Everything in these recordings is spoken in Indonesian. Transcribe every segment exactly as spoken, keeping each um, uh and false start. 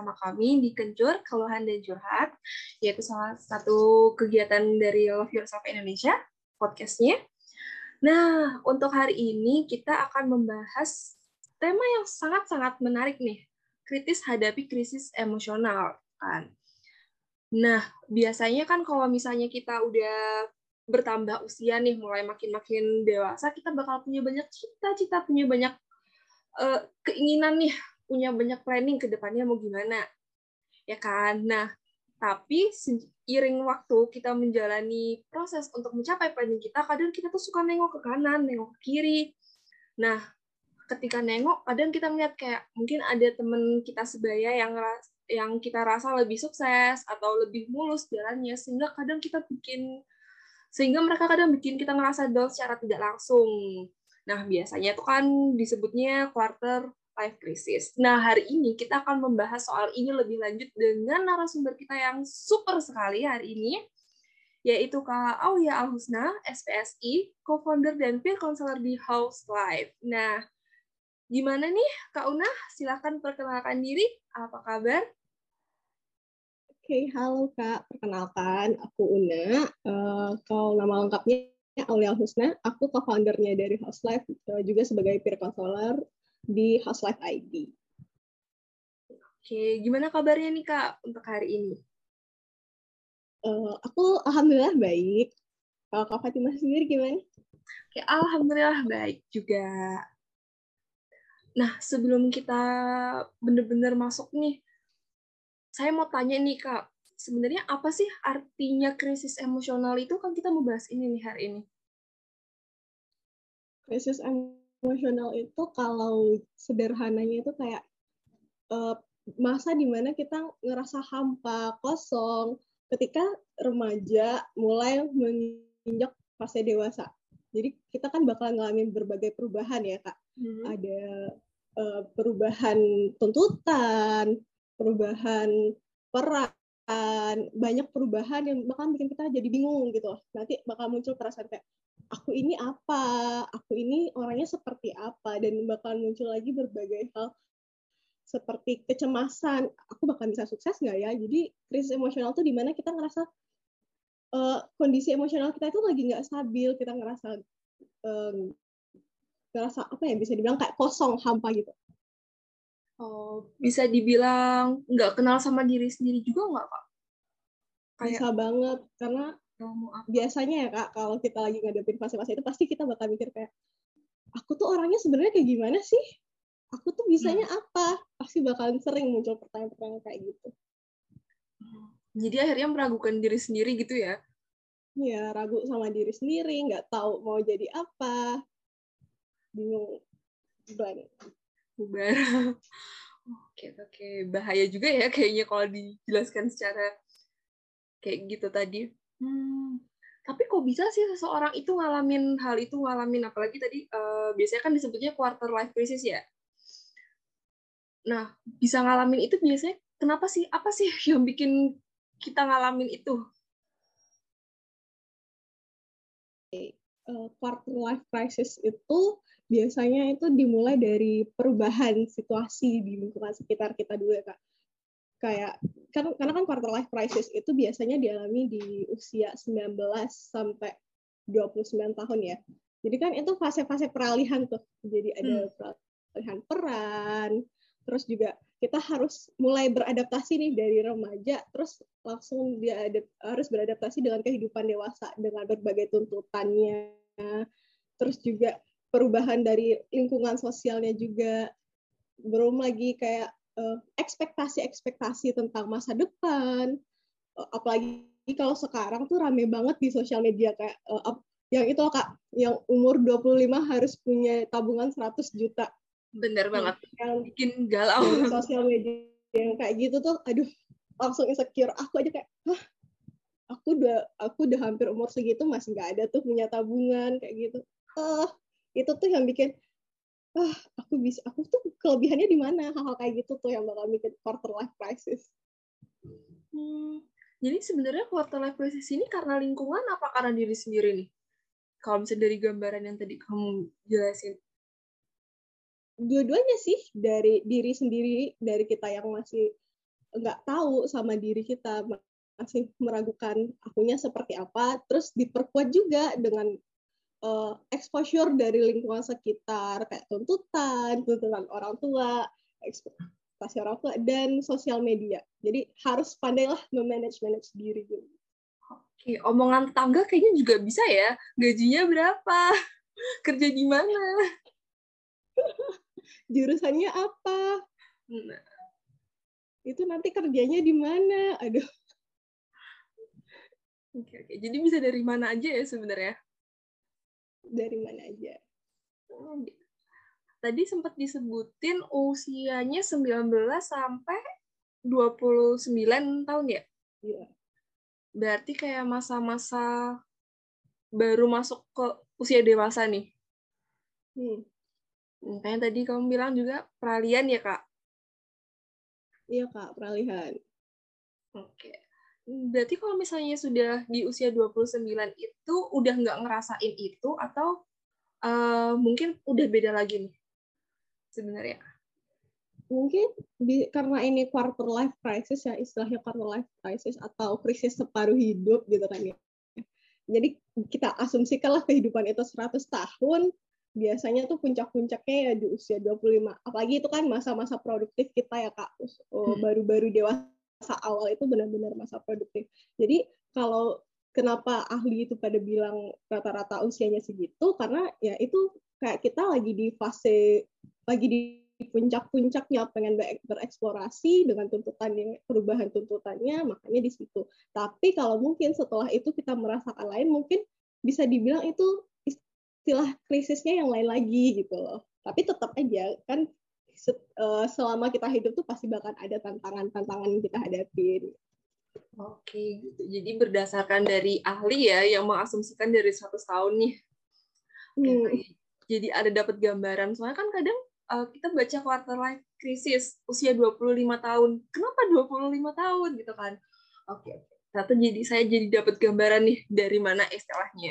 bersama kami di Kencur, Keluhan dan Curhat, yaitu salah satu kegiatan dari Love Yourself Indonesia, podcastnya. Nah, untuk hari ini kita akan membahas tema yang sangat-sangat menarik nih, kritis hadapi krisis emosional, kan. Nah, biasanya kan kalau misalnya kita udah bertambah usia nih, mulai makin-makin dewasa, kita bakal punya banyak cita-cita, punya banyak uh, keinginan nih, punya banyak planning ke depannya mau gimana, ya kan? Nah, tapi seiring waktu kita menjalani proses untuk mencapai planning kita, kadang kita tuh suka nengok ke kanan, nengok ke kiri. Nah, ketika nengok, kadang kita melihat kayak mungkin ada teman kita sebaya yang yang kita rasa lebih sukses atau lebih mulus jalannya, sehingga kadang kita bikin sehingga mereka kadang bikin kita ngerasa down secara tidak langsung. Nah, biasanya itu kan disebutnya quarter life crisis. Nah, hari ini kita akan membahas soal ini lebih lanjut dengan narasumber kita yang super sekali hari ini, yaitu Kak Aulia Al-Husna, S P S I, co-founder dan peer counselor di House Life. Nah, gimana nih Kak Una? Silakan perkenalkan diri. Apa kabar? Oke, okay, halo Kak. Perkenalkan, aku Una. Uh, kalau nama lengkapnya Aulia Al-Husna, aku co-foundernya dari House Life, uh, juga sebagai peer counselor di House Life I D. Oke, okay, gimana kabarnya nih Kak untuk hari ini? Uh, aku alhamdulillah baik. Kalau Kak Fatimah sendiri gimana? Oke, okay, alhamdulillah baik juga. Nah, sebelum kita benar-benar masuk nih, saya mau tanya nih Kak, sebenarnya apa sih artinya krisis emosional itu? Kan kita mau bahas ini nih hari ini. Krisis emosional itu kalau sederhananya itu kayak uh, masa dimana kita ngerasa hampa, kosong, ketika remaja mulai menginjak fase dewasa. Jadi kita kan bakal ngalamin berbagai perubahan ya Kak. Hmm. Ada uh, perubahan tuntutan, perubahan peran, banyak perubahan yang bakal bikin kita jadi bingung gitu. Nanti bakal muncul perasaan kayak, aku ini apa, aku ini orangnya seperti apa, dan bakal muncul lagi berbagai hal seperti kecemasan, aku bakal bisa sukses nggak ya? Jadi krisis emosional tuh dimana kita ngerasa uh, kondisi emosional kita itu lagi nggak stabil, kita ngerasa um, ngerasa apa ya, bisa dibilang kayak kosong, hampa gitu. Oh, bisa dibilang nggak kenal sama diri sendiri juga nggak Kak? Kayak, bisa banget, karena biasanya ya Kak, kalau kita lagi ngadepin fase-fase itu pasti kita bakal mikir kayak, aku tuh orangnya sebenarnya kayak gimana sih? Aku tuh bisanya hmm. apa? Pasti bakalan sering muncul pertanyaan-pertanyaan kayak gitu. Jadi akhirnya meragukan diri sendiri gitu ya? Iya, ragu sama diri sendiri, nggak tahu mau jadi apa, bingung, blank. Bubar. Oke, oke. Bahaya juga ya kayaknya kalau dijelaskan secara kayak gitu tadi. Hmm. Tapi kok bisa sih seseorang itu ngalamin hal itu, ngalamin apalagi tadi uh, biasanya kan disebutnya quarter life crisis ya. Nah, bisa ngalamin itu biasanya kenapa sih? Apa sih yang bikin kita ngalamin itu? Uh, quarter life crisis itu biasanya itu dimulai dari perubahan situasi di lingkungan sekitar kita dulu ya Kak. Kayak kan, karena kan quarter life crisis itu biasanya dialami di usia sembilan belas sampai dua puluh sembilan tahun ya. Jadi kan itu fase-fase peralihan tuh. Jadi ada hmm. peralihan peran, terus juga kita harus mulai beradaptasi nih dari remaja, terus langsung dia harus beradaptasi dengan kehidupan dewasa dengan berbagai tuntutannya, terus juga perubahan dari lingkungan sosialnya juga, belum lagi kayak uh, ekspektasi-ekspektasi tentang masa depan, uh, apalagi kalau sekarang tuh rame banget di sosial media kayak uh, yang itu Kak, yang umur dua puluh lima harus punya tabungan seratus juta. Bener banget, yang bikin galau. Dari sosial media yang kayak gitu tuh, aduh, langsung insecure. Aku aja kayak, hah, aku udah aku udah hampir umur segitu masih nggak ada tuh punya tabungan kayak gitu. Ah, itu tuh yang bikin, ah, aku bisa, aku tuh kelebihannya di mana? Hal-hal kayak gitu tuh yang bakal bikin quarter life crisis. Hmm, jadi sebenarnya quarter life crisis ini karena lingkungan apa karena diri sendiri nih? Kalau misalnya dari gambaran yang tadi kamu jelasin. Dua-duanya sih, dari diri sendiri, dari kita yang masih nggak tahu sama diri kita, masih meragukan akunya seperti apa, terus diperkuat juga dengan uh, exposure dari lingkungan sekitar, kayak tuntutan, tuntutan orang tua, ekspektasi orang tua, dan sosial media. Jadi harus pandailah memanage-manage diri gitu. Oke, omongan tetangga kayaknya juga bisa ya. Gajinya berapa? Kerja di mana? Jurusannya apa? Nah. Itu nanti kerjanya di mana? Aduh. Oke, oke. Jadi bisa dari mana aja ya sebenarnya? Dari mana aja. Tadi sempat disebutin usianya sembilan belas sampai dua puluh sembilan tahun ya? Iya. Berarti kayak masa-masa baru masuk ke usia dewasa nih. Hmm. Makanya tadi kamu bilang juga peralihan ya, Kak? Iya, Kak, peralihan. Oke. Berarti kalau misalnya sudah di usia dua puluh sembilan itu udah nggak ngerasain itu atau uh, mungkin udah beda lagi nih sebenarnya? Mungkin di, karena ini quarter life crisis ya, istilahnya quarter life crisis atau krisis separuh hidup gitu kan ya. Jadi kita asumsikanlah kehidupan itu seratus tahun, biasanya tuh puncak-puncaknya ya di usia dua puluh lima. Apalagi itu kan masa-masa produktif kita ya, Kak. Oh, baru-baru dewasa awal itu benar-benar masa produktif. Jadi kalau kenapa ahli itu pada bilang rata-rata usianya segitu, karena ya itu kayak kita lagi di fase, lagi di puncak-puncaknya pengen bereksplorasi dengan tuntutannya, perubahan tuntutannya, makanya di situ. Tapi kalau mungkin setelah itu kita merasakan lain, mungkin bisa dibilang itu istilah krisisnya yang lain lagi gitu loh. Tapi tetap aja kan selama kita hidup tuh pasti bakal ada tantangan-tantangan yang kita hadapin. Oke, gitu. Jadi berdasarkan dari ahli ya yang mengasumsikan dari seratus tahun nih. Hmm. Jadi ada dapat gambaran. Soalnya kan kadang uh, kita baca quarter life crisis usia dua puluh lima tahun. Kenapa dua puluh lima tahun gitu kan? Oke, oke. Ternyata jadi saya jadi dapat gambaran nih dari mana istilahnya.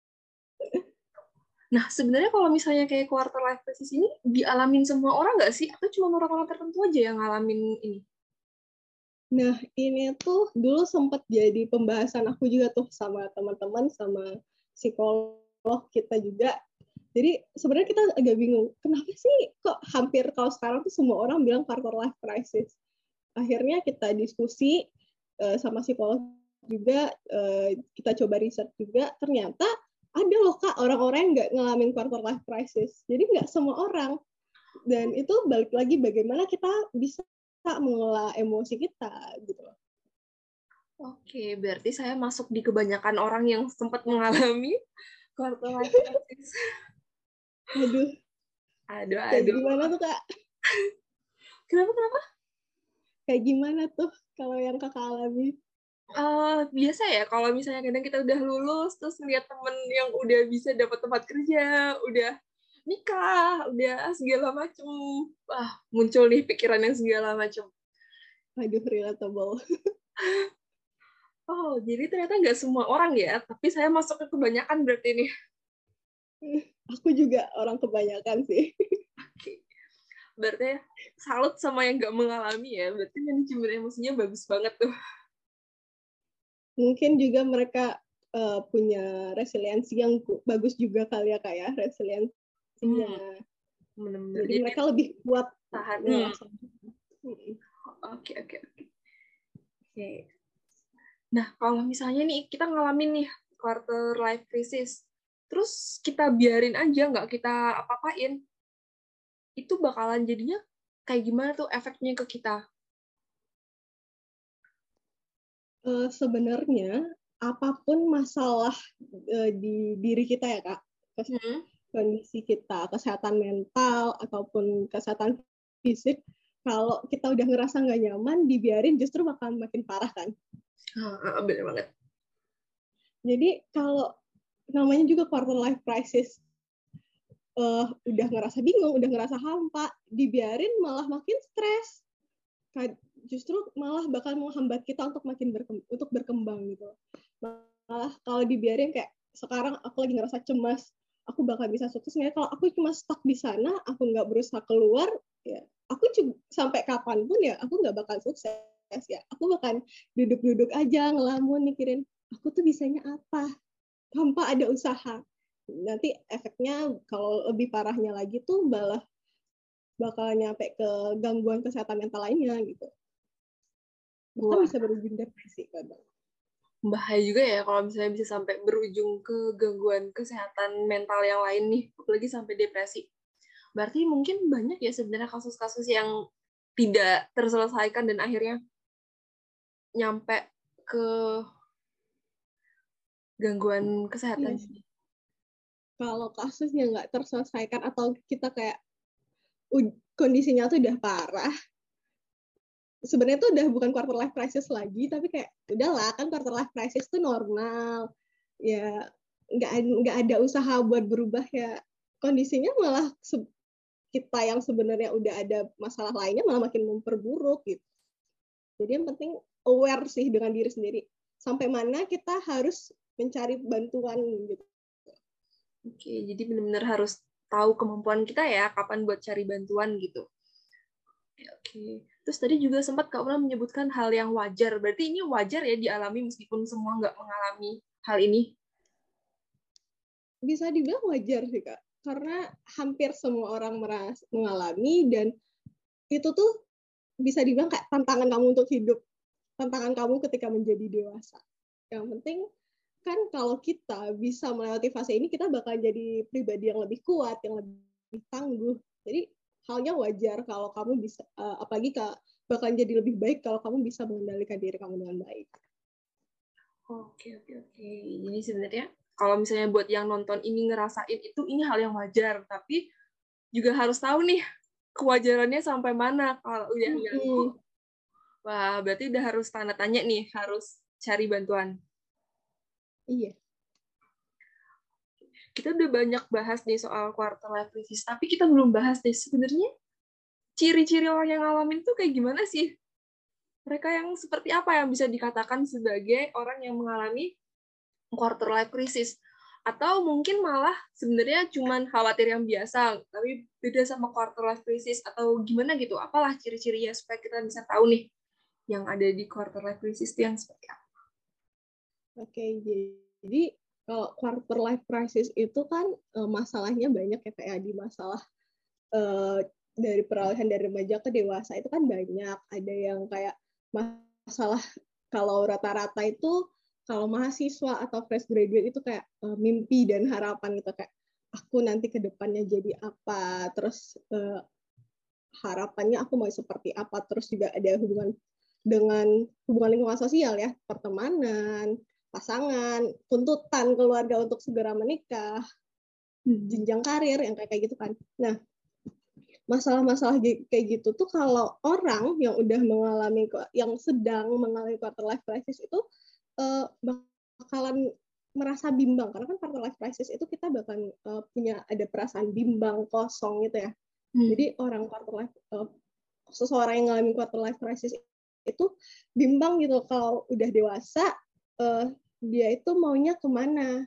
Nah, sebenarnya kalau misalnya kayak quarter life crisis ini dialamin semua orang nggak sih? Atau cuma orang-orang tertentu aja yang ngalamin ini? Nah, ini tuh dulu sempat jadi pembahasan aku juga tuh sama teman-teman, sama psikolog kita juga. Jadi sebenarnya kita agak bingung, kenapa sih kok hampir kalau sekarang tuh semua orang bilang quarter life crisis. Akhirnya kita diskusi uh, sama psikolog juga, uh, kita coba riset juga, ternyata ada loh Kak orang-orang yang nggak ngalamin quarter life crisis. Jadi nggak semua orang. Dan itu balik lagi bagaimana kita bisa mengelola emosi kita gitu loh. Oke, berarti saya masuk di kebanyakan orang yang sempat mengalami quarter life crisis. Aduh. Aduh, aduh. Kayak gimana tuh, Kak? Kenapa, kenapa? Kayak gimana tuh kalau yang Kakak alami? Uh, biasa ya, kalau misalnya kadang kita udah lulus, terus ngeliat temen yang udah bisa dapat tempat kerja, udah nikah, udah segala macem. Wah, muncul nih pikiran yang segala macem. Aduh, relatable. Oh, jadi ternyata nggak semua orang ya, tapi saya masuk ke kebanyakan berarti nih. Aku juga orang kebanyakan sih. Oke. Berarti salut sama yang nggak mengalami ya, berarti manajemen emosinya bagus banget tuh. Mungkin juga mereka uh, punya resiliensi yang bagus juga kali ya, Kak ya, resiliensinya. Hmm. Bener-bener. Jadi, Jadi mereka lebih kuat tahan. Hmm. Oke, oke, oke. Oke. Nah, kalau misalnya nih kita ngalamin nih quarter life crisis, terus kita biarin aja, nggak kita apa-apain, itu bakalan jadinya kayak gimana tuh efeknya ke kita? Uh, sebenarnya apapun masalah uh, di diri kita ya Kak, hmm. kondisi kita, kesehatan mental ataupun kesehatan fisik, kalau kita udah ngerasa nggak nyaman, dibiarin justru bakal makin parah kan? Ah, bener banget. Jadi kalau namanya juga quarter life crisis, uh, udah ngerasa bingung, udah ngerasa hampa, dibiarin malah makin stres. Justru malah bakal menghambat kita untuk makin berkembang, untuk berkembang gitu. Malah kalau dibiarin kayak sekarang aku lagi ngerasa cemas, aku bakal bisa sukses nggak? Kalau aku cuma stuck di sana, aku nggak berusaha keluar, ya aku juga, sampai kapanpun ya aku nggak bakal sukses. ya, aku bahkan duduk-duduk aja ngelamun mikirin aku tuh bisanya apa tanpa ada usaha. Nanti efeknya kalau lebih parahnya lagi tuh malah bakal nyampe ke gangguan kesehatan mental lainnya gitu. Bahkan bisa berujung depresi kadang. Bahaya juga ya kalau misalnya bisa sampai berujung ke gangguan kesehatan mental yang lain nih, apalagi sampai depresi. Berarti mungkin banyak ya sebenarnya kasus-kasus yang tidak terselesaikan dan akhirnya nyampe ke gangguan kesehatan. Yes. Kalau kasusnya nggak terselesaikan atau kita kayak kondisinya tuh udah parah, sebenarnya tuh udah bukan quarter life crisis lagi, tapi kayak udahlah kan quarter life crisis tuh normal, ya nggak nggak ada usaha buat berubah ya, kondisinya malah kita yang sebenarnya udah ada masalah lainnya malah makin memperburuk gitu. Jadi yang penting aware sih dengan diri sendiri, sampai mana kita harus mencari bantuan gitu. Oke, jadi benar-benar harus tahu kemampuan kita ya, kapan buat cari bantuan gitu. Oke. Terus tadi juga sempat Kak Una menyebutkan hal yang wajar. Berarti ini wajar ya dialami meskipun semua nggak mengalami hal ini? Bisa dibilang wajar sih Kak. Karena hampir semua orang meras, mengalami, dan itu tuh bisa dibilang kayak tantangan kamu untuk hidup. Tantangan kamu ketika menjadi dewasa. Yang penting kan kalau kita bisa melewati fase ini, kita bakal jadi pribadi yang lebih kuat, yang lebih tangguh. Jadi halnya wajar kalau kamu bisa, uh, apalagi Kak, bakal jadi lebih baik kalau kamu bisa mengendalikan diri kamu dengan baik. Oke, oke, oke. Jadi sebenarnya kalau misalnya buat yang nonton ini ngerasain itu, ini hal yang wajar. Tapi juga harus tahu nih kewajarannya sampai mana. Kalau udah ganggu, Hmm. wah berarti udah harus tanda tanya nih, harus cari bantuan. Iya. Kita udah banyak bahas nih soal quarter life crisis, tapi kita belum bahas deh sebenarnya ciri-ciri orang yang ngalamin tuh kayak gimana sih? Mereka yang seperti apa yang bisa dikatakan sebagai orang yang mengalami quarter life crisis? Atau mungkin malah sebenarnya cuman khawatir yang biasa, tapi beda sama quarter life crisis, atau gimana gitu? Apalah ciri-cirinya supaya kita bisa tahu nih yang ada di quarter life crisis itu yang seperti apa? Oke, jadi kalau quarter life crisis itu kan uh, masalahnya banyak ya, kayak di masalah uh, dari peralihan dari remaja ke dewasa itu kan banyak. Ada yang kayak masalah, kalau rata-rata itu kalau mahasiswa atau fresh graduate itu kayak uh, mimpi dan harapan gitu, kayak aku nanti ke depannya jadi apa, terus uh, harapannya aku mau seperti apa, terus juga ada hubungan dengan hubungan lingkungan sosial ya, pertemanan, pasangan, tuntutan keluarga untuk segera menikah, jenjang karir yang kayak gitu kan. Nah, masalah-masalah kayak gitu tuh kalau orang yang udah mengalami, yang sedang mengalami quarter life crisis itu uh, bakalan merasa bimbang, karena kan quarter life crisis itu kita bahkan uh, punya ada perasaan bimbang, kosong gitu ya. Hmm. Jadi orang quarter life uh, seseorang yang mengalami quarter life crisis itu bimbang gitu, kalau udah dewasa uh, dia itu maunya kemana,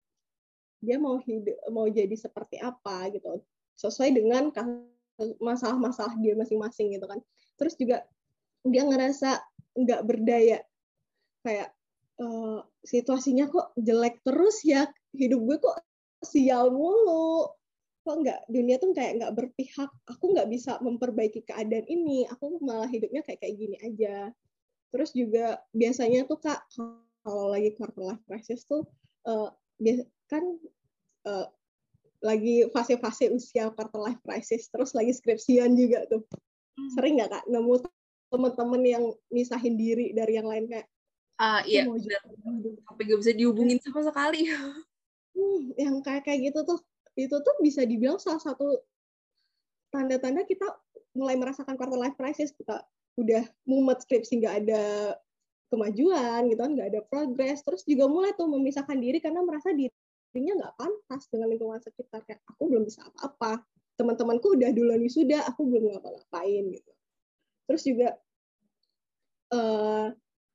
dia mau hidup, mau jadi seperti apa gitu, sesuai dengan masalah-masalah dia masing-masing gitu kan. Terus juga dia ngerasa nggak berdaya, kayak uh, situasinya kok jelek terus ya, hidup gue kok sial mulu, kok nggak, dunia tuh kayak nggak berpihak, aku nggak bisa memperbaiki keadaan ini, aku malah hidupnya kayak kayak gini aja. Terus juga biasanya tuh Kak, kalau lagi quarter life crisis tuh uh, kan uh, lagi fase-fase usia quarter life crisis, terus lagi skripsian juga tuh. Sering nggak Kak nemu teman-teman yang misahin diri dari yang lain, kayak ah iya benar, sampai nggak bisa dihubungin sama sekali. Hmm, yang kayak kayak gitu tuh, itu tuh bisa dibilang salah satu tanda-tanda kita mulai merasakan quarter life crisis. Kita udah mumet skripsi, nggak ada kemajuan gitu kan, nggak ada progres, terus juga mulai tuh memisahkan diri karena merasa dirinya nggak pantas dengan lingkungan sekitar, kayak aku belum bisa apa-apa, teman-temanku udah duluan wisuda, aku belum ngapa-ngapain gitu. Terus juga uh,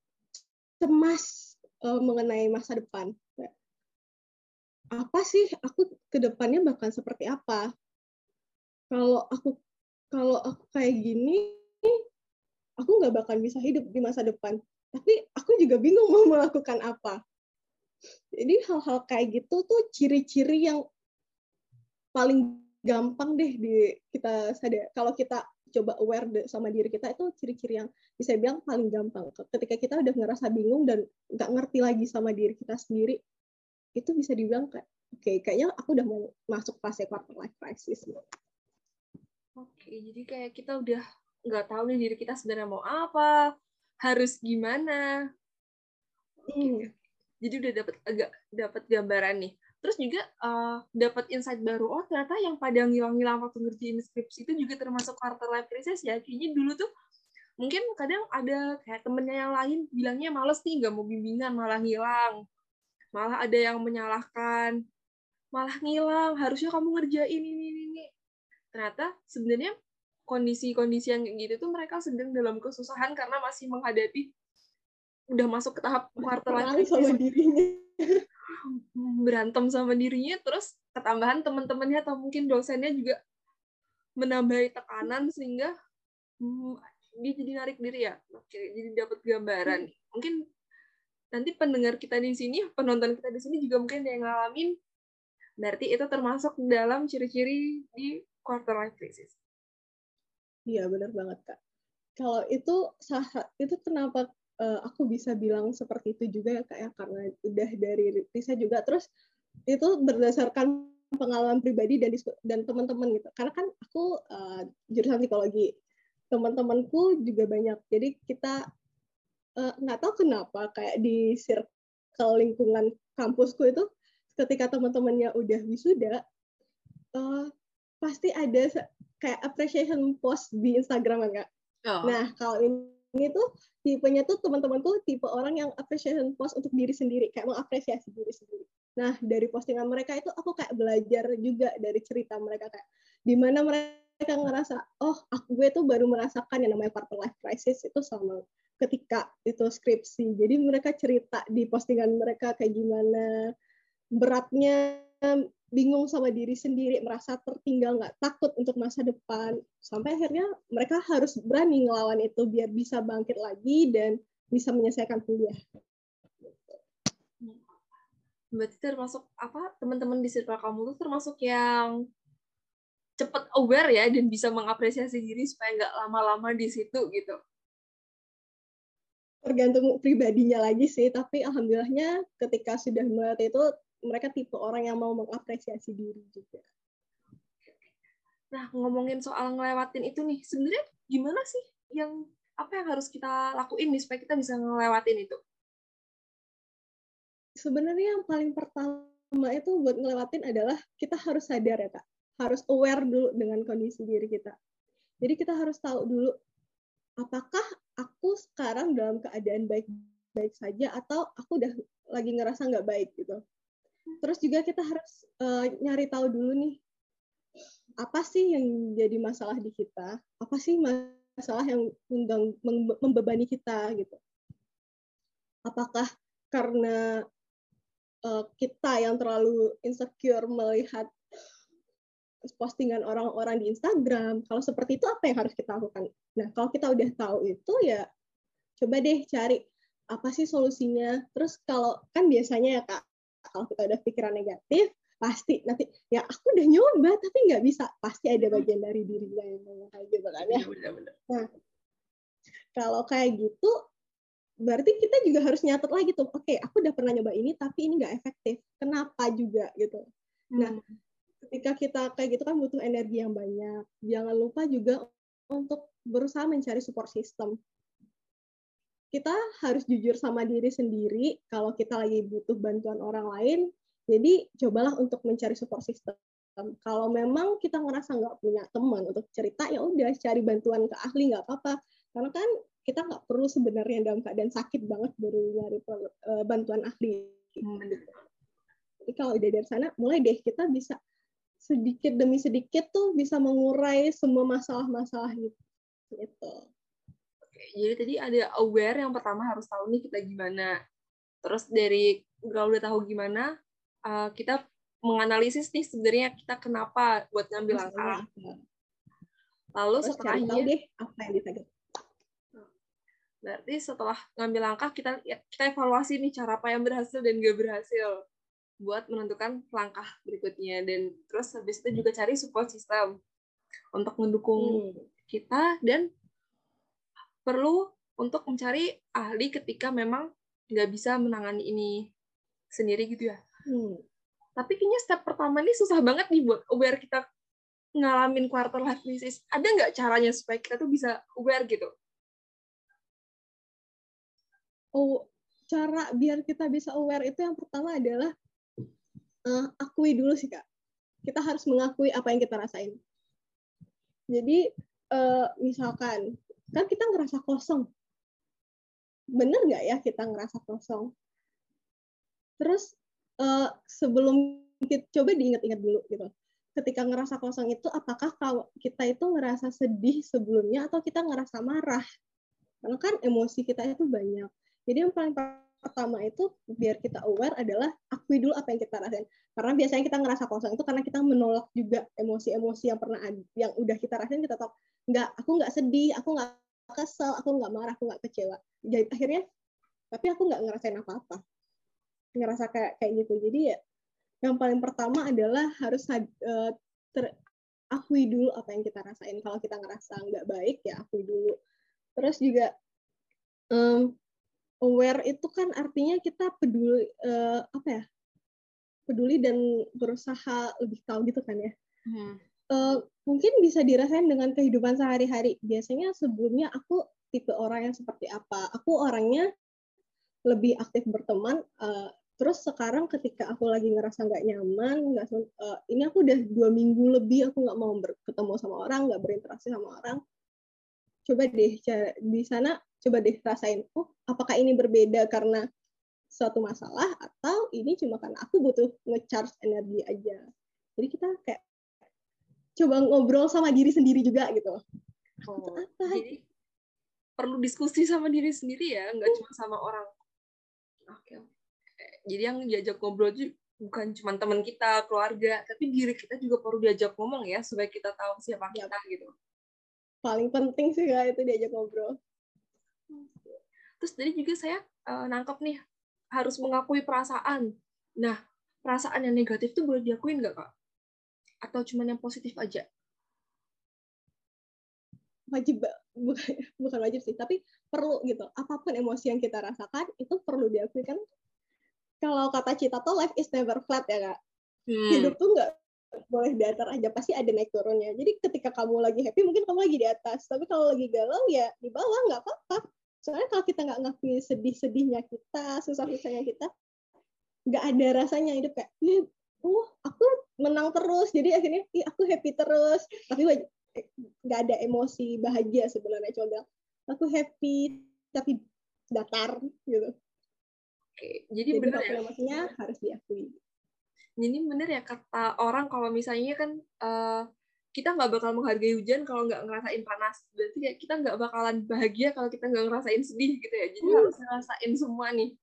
cemas uh, mengenai masa depan, apa sih aku ke depannya bakal seperti apa, kalau aku kalau aku kayak gini aku nggak bakal bisa hidup di masa depan. Tapi aku juga bingung mau melakukan apa. Jadi hal-hal kayak gitu tuh ciri-ciri yang paling gampang deh di kita sadar. Kalau kita coba aware sama diri kita, itu ciri-ciri yang bisa bilang paling gampang. Ketika kita udah ngerasa bingung dan nggak ngerti lagi sama diri kita sendiri, itu bisa dibilang kayak, oke, okay, kayaknya aku udah mau masuk fase quarter life crisis. Oke, jadi kayak kita udah nggak tahu nih diri kita sebenarnya mau apa, harus gimana. Hmm. Jadi udah dapat agak dapat gambaran nih. Terus juga uh, dapat insight baru, oh ternyata yang pada ngilang-ngilang waktu ngerjain skripsi itu juga termasuk quarter life crisis ya. Kayaknya dulu tuh mungkin kadang ada kayak temennya yang lain bilangnya males nih, nggak mau bimbingan, malah ngilang. Malah ada yang menyalahkan, malah ngilang, harusnya kamu ngerjain ini, ini, ini. Ternyata sebenarnya kondisi-kondisi yang kayak gitu tuh mereka sedang dalam kesusahan karena masih menghadapi udah masuk ke tahap quarter life crisis sama dirinya, berantem sama dirinya, terus ketambahan teman-temannya atau mungkin dosennya juga menambahi tekanan sehingga hmm, dia jadi narik diri ya. Oke, jadi dapat gambaran. Mungkin nanti pendengar kita di sini, penonton kita di sini juga mungkin ada yang ngalamin. Berarti itu termasuk dalam ciri-ciri di quarter life crisis. Iya, benar banget, Kak. Kalau itu itu kenapa uh, aku bisa bilang seperti itu juga ya, Kak, ya, karena udah dari riset juga, terus itu berdasarkan pengalaman pribadi dan dan teman-teman gitu. Karena kan aku uh, jurusan psikologi, teman-temanku juga banyak. Jadi kita nggak uh, tahu kenapa kayak di circle lingkungan kampusku itu ketika teman-temannya udah wisuda, uh, pasti ada kayak appreciation post di Instagram kan, Kak. Oh. Nah, kalau ini, ini tuh tipenya tuh teman-temanku tipe orang yang appreciation post untuk diri sendiri, kayak mengapresiasi diri sendiri. Nah, dari postingan mereka itu aku kayak belajar juga dari cerita mereka, kayak di mana mereka ngerasa, oh, aku gue tuh baru merasakan yang namanya quarter life crisis itu sama ketika itu skripsi. Jadi mereka cerita di postingan mereka kayak gimana beratnya, bingung sama diri sendiri, merasa tertinggal, nggak takut untuk masa depan, sampai akhirnya mereka harus berani ngelawan itu biar bisa bangkit lagi dan bisa menyelesaikan kuliah. Berarti termasuk apa, teman-teman di circle kamu tuh termasuk yang cepat aware ya dan bisa mengapresiasi diri supaya nggak lama-lama di situ gitu. Tergantung pribadinya lagi sih, tapi alhamdulillahnya ketika sudah melatih itu mereka tipe orang yang mau mengapresiasi diri juga. Nah, ngomongin soal ngelewatin itu nih, sebenarnya gimana sih yang apa yang harus kita lakuin nih supaya kita bisa ngelewatin itu? Sebenarnya yang paling pertama itu buat ngelewatin adalah kita harus sadar ya, Kak. Harus aware dulu dengan kondisi diri kita. Jadi kita harus tahu dulu apakah aku sekarang dalam keadaan baik-baik saja atau aku udah lagi ngerasa nggak baik gitu. Terus juga kita harus uh, nyari tahu dulu nih, apa sih yang jadi masalah di kita, apa sih masalah yang membebani kita gitu. Apakah karena uh, kita yang terlalu insecure melihat postingan orang-orang di Instagram, kalau seperti itu apa yang harus kita lakukan? Nah, kalau kita udah tahu itu ya coba deh cari apa sih solusinya. Terus kalau kan biasanya ya Kak, kalau kita udah pikiran negatif, pasti nanti ya aku udah nyoba tapi nggak bisa, pasti ada bagian dari dirinya yang ngomong kayak gitu kan ya. Nah, kalau kayak gitu berarti kita juga harus nyatet lagi tuh, oke okay, aku udah pernah nyoba ini tapi ini nggak efektif, kenapa juga gitu. Nah, hmm. ketika kita kayak gitu kan butuh energi yang banyak. Jangan lupa juga untuk berusaha mencari support system. Kita harus jujur sama diri sendiri kalau kita lagi butuh bantuan orang lain. Jadi cobalah untuk mencari support system. Kalau memang kita ngerasa nggak punya teman untuk cerita, ya udah cari bantuan ke ahli, nggak apa-apa. Karena kan kita nggak perlu sebenarnya dalam keadaan sakit banget baru nyari bantuan ahli. Jadi kalau udah dari sana, mulai deh kita bisa sedikit demi sedikit tuh bisa mengurai semua masalah-masalah gitu. Gitu. Oke, jadi tadi ada aware yang pertama harus tahu nih kita gimana. Terus dari kalau udah tahu gimana, uh, kita menganalisis nih sebenarnya kita kenapa buat ngambil langkah. Lalu terus setelahnya cari tahu deh apa yang bisa. Berarti setelah ngambil langkah, kita kita evaluasi nih cara apa yang berhasil dan nggak berhasil buat menentukan langkah berikutnya. Dan terus habis itu juga cari support system untuk mendukung Hmm. kita, dan perlu untuk mencari ahli ketika memang nggak bisa menangani ini sendiri gitu ya. Hmm. Tapi kayaknya step pertama ini susah banget nih buat aware kita ngalamin quarter life crisis. Ada nggak caranya supaya kita tuh bisa aware gitu? Oh, cara biar kita bisa aware itu yang pertama adalah uh, akui dulu sih, Kak. Kita harus mengakui apa yang kita rasain. Jadi, uh, misalkan, kan kita ngerasa kosong. Bener nggak ya kita ngerasa kosong? Terus, uh, sebelum kita, coba diingat-ingat dulu gitu. Ketika ngerasa kosong itu, apakah kita itu ngerasa sedih sebelumnya atau kita ngerasa marah? Karena kan emosi kita itu banyak. Jadi yang paling pertama itu biar kita aware adalah akui dulu apa yang kita rasain. Karena biasanya kita ngerasa kosong itu karena kita menolak juga emosi-emosi yang pernah yang udah kita rasain. Kita tahu nggak, aku nggak sedih, aku nggak kesel, aku nggak marah, aku nggak kecewa. Jadi akhirnya, tapi aku nggak ngerasain apa-apa, ngerasa kayak kayak gitu. Jadi ya yang paling pertama adalah harus uh, ter, akui dulu apa yang kita rasain. Kalau kita ngerasa nggak baik ya akui dulu. Terus juga um, aware itu kan artinya kita peduli uh, apa ya, peduli dan berusaha lebih tahu gitu kan ya. Hmm. Uh, mungkin bisa dirasain dengan kehidupan sehari-hari. Biasanya sebelumnya aku tipe orang yang seperti apa. Aku orangnya lebih aktif berteman. Uh, terus sekarang ketika aku lagi ngerasa nggak nyaman, nggak uh, ini aku udah dua minggu lebih aku nggak mau ketemu sama orang, nggak berinteraksi sama orang. Coba deh di sana, coba deh rasain, oh apakah ini berbeda karena suatu masalah atau ini cuma karena aku butuh nge-charge energi aja. Jadi kita kayak coba ngobrol sama diri sendiri juga gitu. Oh, apa? Jadi perlu diskusi sama diri sendiri ya, nggak hmm. cuma sama orang. Oke. Jadi yang diajak ngobrol itu bukan cuma teman kita, keluarga, tapi diri kita juga perlu diajak ngomong ya, supaya kita tahu siapa ya. Kita gitu. Paling penting sih Kak, itu diajak ngobrol. Terus tadi juga saya uh, nangkep nih, harus mengakui perasaan. Nah, perasaan yang negatif itu boleh diakuin nggak, Kak? Atau cuma yang positif aja? Wajib, bukan, bukan wajib sih, tapi perlu gitu. Apapun emosi yang kita rasakan, itu perlu diakui. Kan kalau kata Cita tuh, life is never flat ya, Kak. Hmm. Hidup tuh nggak boleh datar aja, pasti ada naik turunnya. Jadi ketika kamu lagi happy, mungkin kamu lagi di atas. Tapi kalau lagi galau, ya di bawah, nggak apa-apa. Soalnya kalau kita nggak ngakui sedih-sedihnya kita, susah-susahnya kita, nggak ada rasanya hidup kayak, oh aku menang terus, jadi akhirnya ih, aku happy terus. Tapi nggak ada emosi bahagia sebenarnya, cuma bilang, aku happy, tapi datar gitu. Oke, jadi, jadi benar ya? Emosinya harus diakui. Jadi bener ya kata orang kalau misalnya kan uh, kita nggak bakal menghargai hujan kalau nggak ngerasain panas. Berarti ya kita nggak bakalan bahagia kalau kita nggak ngerasain sedih gitu ya. Jadi hmm. harus ngerasain semua nih.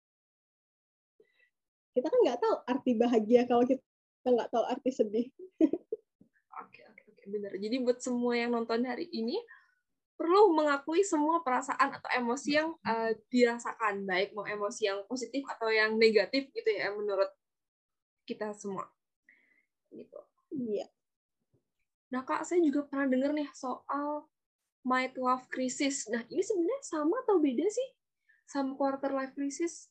Kita kan nggak tahu arti bahagia kalau kita nggak tahu arti sedih. Oke, oke, oke, bener. Jadi buat semua yang nonton hari ini, perlu mengakui semua perasaan atau emosi yang uh, dirasakan. Baik mau emosi yang positif atau yang negatif gitu ya menurut kita semua. Gitu. Iya. Nah, Kak, saya juga pernah dengar nih soal midlife crisis. Nah, ini sebenarnya sama atau beda sih sama quarter life crisis?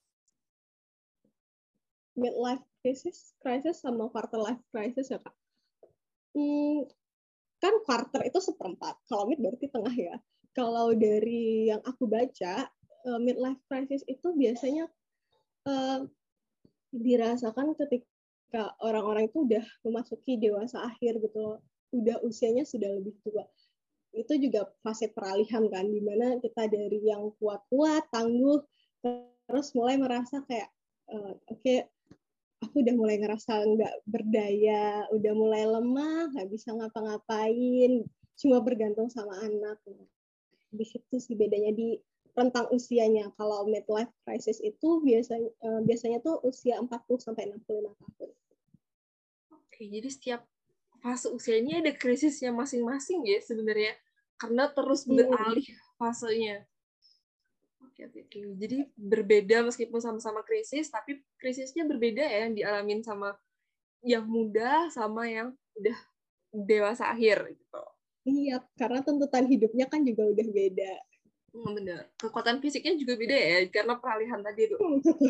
Midlife crisis, crisis sama quarter life crisis ya, Kak? Hmm, kan quarter itu seperempat. Kalau mid berarti tengah ya. Kalau dari yang aku baca, midlife crisis itu biasanya uh, dirasakan ketika orang-orang itu udah memasuki dewasa akhir gitu, udah usianya sudah lebih tua. Itu juga fase peralihan kan, dimana kita dari yang kuat-kuat, tangguh, terus mulai merasa kayak, uh, oke, okay, aku udah mulai ngerasa nggak berdaya, udah mulai lemah, nggak bisa ngapa-ngapain, cuma bergantung sama anak. Di situ sih bedanya di rentang usianya. Kalau midlife crisis itu biasanya uh, biasanya tuh usia empat puluh sampai enam puluh lima tahun. Oke, jadi setiap fase usianya ada krisisnya masing-masing ya sebenarnya, karena terus beralih fasenya. Oke, oke, oke. Jadi berbeda meskipun sama-sama krisis, tapi krisisnya berbeda ya yang dialamin sama yang muda sama yang udah dewasa akhir gitu. Iya, karena tuntutan hidupnya kan juga udah beda. Hmm, bener. Kekuatan fisiknya juga beda ya, karena peralihan tadi tuh.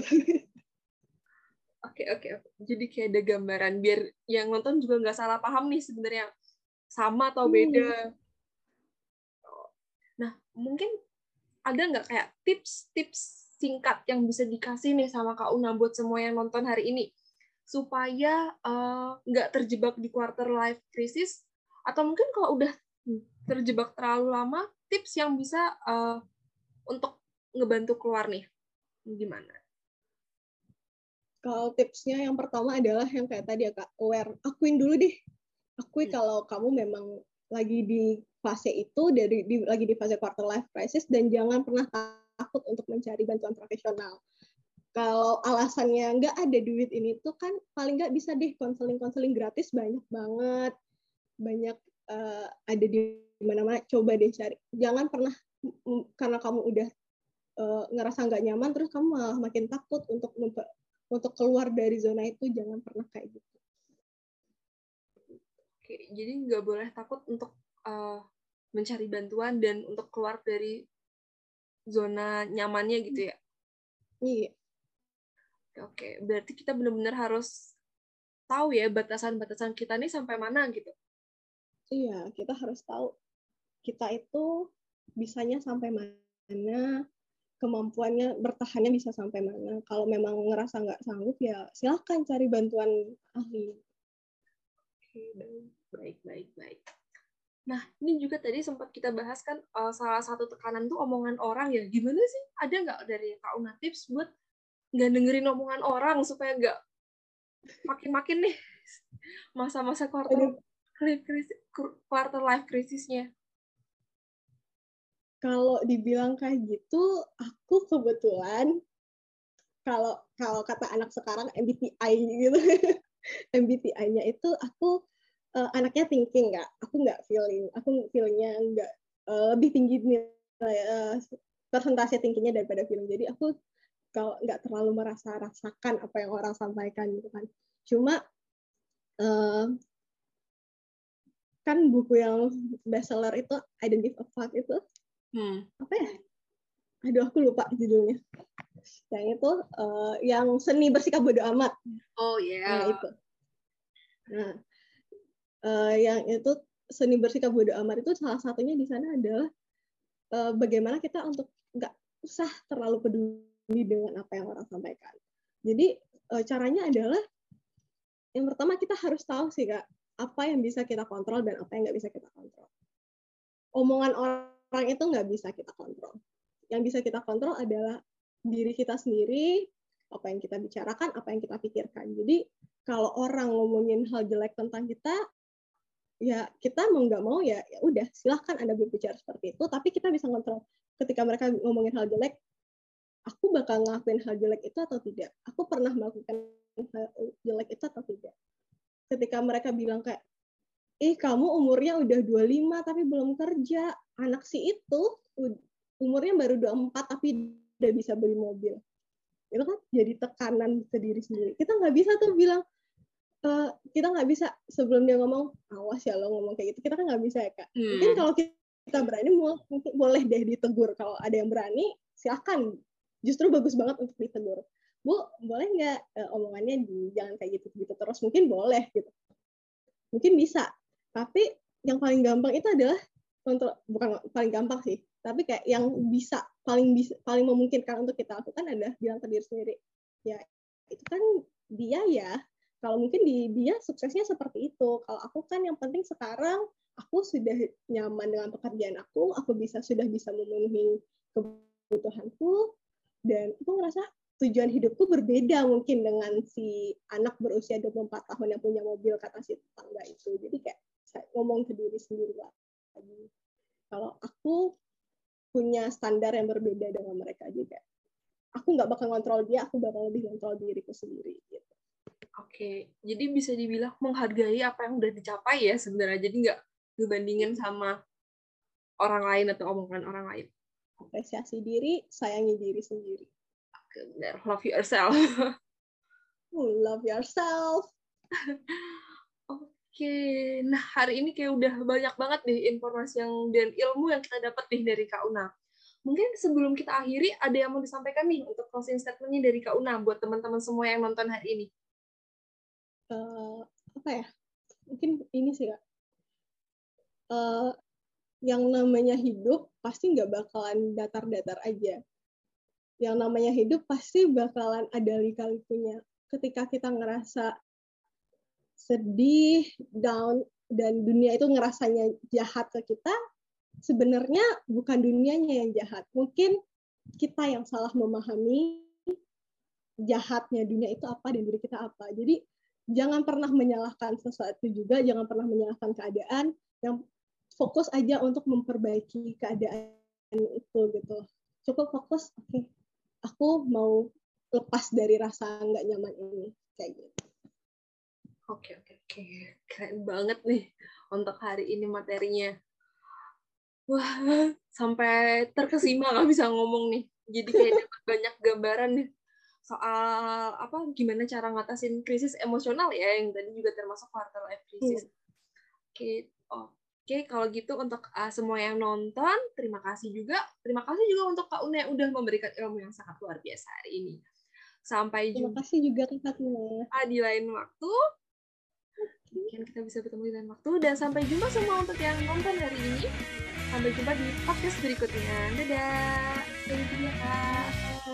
Oke, oke, oke. Jadi kayak ada gambaran, biar yang nonton juga nggak salah paham nih sebenarnya sama atau beda. Nah, mungkin ada nggak kayak tips-tips singkat yang bisa dikasih nih sama Kak Una buat semua yang nonton hari ini supaya uh, nggak terjebak di quarter life crisis, atau mungkin kalau udah terjebak terlalu lama, tips yang bisa uh, untuk ngebantu keluar nih gimana? Kalau tipsnya yang pertama adalah yang kayak tadi ya Kak, aware. Akuin dulu deh. Akui hmm. kalau kamu memang lagi di fase itu, dari di, lagi di fase quarter life crisis, dan jangan pernah takut untuk mencari bantuan profesional. Kalau alasannya nggak ada duit ini tuh kan paling nggak bisa deh konseling-konseling gratis banyak banget, banyak uh, ada di mana-mana. Coba deh cari. Jangan pernah karena kamu udah uh, ngerasa nggak nyaman terus kamu malah makin takut untuk untuk keluar dari zona itu. Jangan pernah kayak gitu. Oke, jadi nggak boleh takut untuk uh, mencari bantuan dan untuk keluar dari zona nyamannya gitu ya? Iya. Oke, berarti kita benar-benar harus tahu ya batasan-batasan kita nih sampai mana gitu. Iya, kita harus tahu kita itu bisanya sampai mana, kemampuannya bertahannya bisa sampai mana. Kalau memang ngerasa nggak sanggup, ya silakan cari bantuan ahli. Oke, baik, baik, baik. Nah, ini juga tadi sempat kita bahas kan, uh, salah satu tekanan tuh omongan orang ya. Gimana sih? Ada nggak dari Kak Una tips buat nggak dengerin omongan orang supaya nggak makin-makin nih masa-masa quarter life crisis, quarter life krisisnya? Kalau dibilang kayak gitu, aku kebetulan kalau kalau kata anak sekarang M B T I gitu, M B T I-nya itu aku uh, anaknya thinking nggak, aku nggak feeling, aku feelingnya nggak uh, lebih tinggi nilai uh, persentase tingginya daripada feeling. Jadi aku kalau nggak terlalu merasa rasakan apa yang orang sampaikan gitu kan. Cuma uh, kan buku yang bestseller itu I Don't Give a Fuck itu hmm. apa ya? Aduh aku lupa judulnya. Yang itu uh, yang seni bersikap bodo amat. Oh iya. Yeah. Nah itu. Nah uh, yang itu seni bersikap bodo amat itu salah satunya di sana adalah uh, bagaimana kita untuk nggak usah terlalu peduli dengan apa yang orang sampaikan. Jadi uh, caranya adalah yang pertama kita harus tahu sih Kak, apa yang bisa kita kontrol dan apa yang nggak bisa kita kontrol. Omongan orang itu nggak bisa kita kontrol. Yang bisa kita kontrol adalah diri kita sendiri, apa yang kita bicarakan, apa yang kita pikirkan. Jadi kalau orang ngomongin hal jelek tentang kita, ya kita mau nggak mau ya, ya udah silahkan Anda berbicara seperti itu, tapi kita bisa kontrol. Ketika mereka ngomongin hal jelek, aku bakal ngelakuin hal jelek itu atau tidak? Aku pernah melakukan hal jelek itu atau tidak? Ketika mereka bilang kayak, eh kamu umurnya udah dua puluh lima tapi belum kerja, anak si itu umurnya baru dua puluh empat tapi udah bisa beli mobil. Itu kan jadi tekanan ke diri sendiri. Kita nggak bisa tuh bilang, uh, kita nggak bisa sebelum dia ngomong, awas ya lo ngomong kayak gitu. Kita kan nggak bisa ya Kak. Hmm. Mungkin kalau kita berani, mungkin boleh deh ditegur. Kalau ada yang berani, silakan. Justru bagus banget untuk ditegur. Bu, boleh nggak uh, omongannya di, jangan kayak gitu-gitu terus. Mungkin boleh gitu. Mungkin bisa. Tapi yang paling gampang itu adalah untuk, bukan paling gampang sih, tapi kayak yang bisa paling bisa paling memungkinkan untuk kita lakukan adalah bilang ke diri sendiri, ya itu kan dia ya, kalau mungkin di dia suksesnya seperti itu, kalau aku kan yang penting sekarang aku sudah nyaman dengan pekerjaan aku, aku bisa sudah bisa memenuhi kebutuhanku, dan aku ngerasa tujuan hidupku berbeda mungkin dengan si anak berusia dua puluh empat tahun yang punya mobil kata si tetangga itu. Jadi kayak saya ngomong ke diri sendiri lagi. Kalau aku punya standar yang berbeda dengan mereka juga. Aku nggak bakal ngontrol dia, aku bakal lebih ngontrol diriku sendiri. Gitu. Oke, jadi bisa dibilang menghargai apa yang udah dicapai ya sebenarnya. Jadi nggak dibandingin sama orang lain atau omongan orang lain. Apresiasi diri, sayangi diri sendiri. Benar, love yourself. Love yourself. Oke, nah hari ini kayak udah banyak banget deh informasi yang dan ilmu yang kita dapat nih dari Kak Una. Mungkin sebelum kita akhiri, ada yang mau disampaikan nih untuk closing statement-nya dari Kak Una buat teman-teman semua yang nonton hari ini. Uh, apa ya? Mungkin ini sih, Kak. Uh, yang namanya hidup pasti nggak bakalan datar-datar aja. Yang namanya hidup pasti bakalan ada lika-likunya. Ketika kita ngerasa sedih, down, dan dunia itu ngerasanya jahat ke kita, sebenarnya bukan dunianya yang jahat. Mungkin kita yang salah memahami jahatnya dunia itu apa dan diri kita apa. Jadi jangan pernah menyalahkan sesuatu juga, jangan pernah menyalahkan keadaan, yang fokus aja untuk memperbaiki keadaan itu gitu. Cukup fokus, oke, okay, aku mau lepas dari rasa nggak nyaman ini, kayak gitu. Oke, oke, oke. Keren banget nih untuk hari ini materinya. Wah, sampai terkesima nggak bisa ngomong nih. Jadi kayak dapat banyak gambaran nih soal apa gimana cara ngatasin krisis emosional ya, yang tadi juga termasuk quarter life crisis. Oke, oh. Oke, kalau gitu untuk uh, semua yang nonton, terima kasih juga. Terima kasih juga untuk Kak Una yang udah memberikan ilmu yang sangat luar biasa hari ini. Sampai terima jumpa. Terima kasih juga Kak Una. Di lain waktu. Mungkin kita bisa bertemu di lain waktu. Dan sampai jumpa semua untuk yang nonton hari ini. Sampai jumpa di podcast berikutnya. Dadah. Thank you ya, Kak.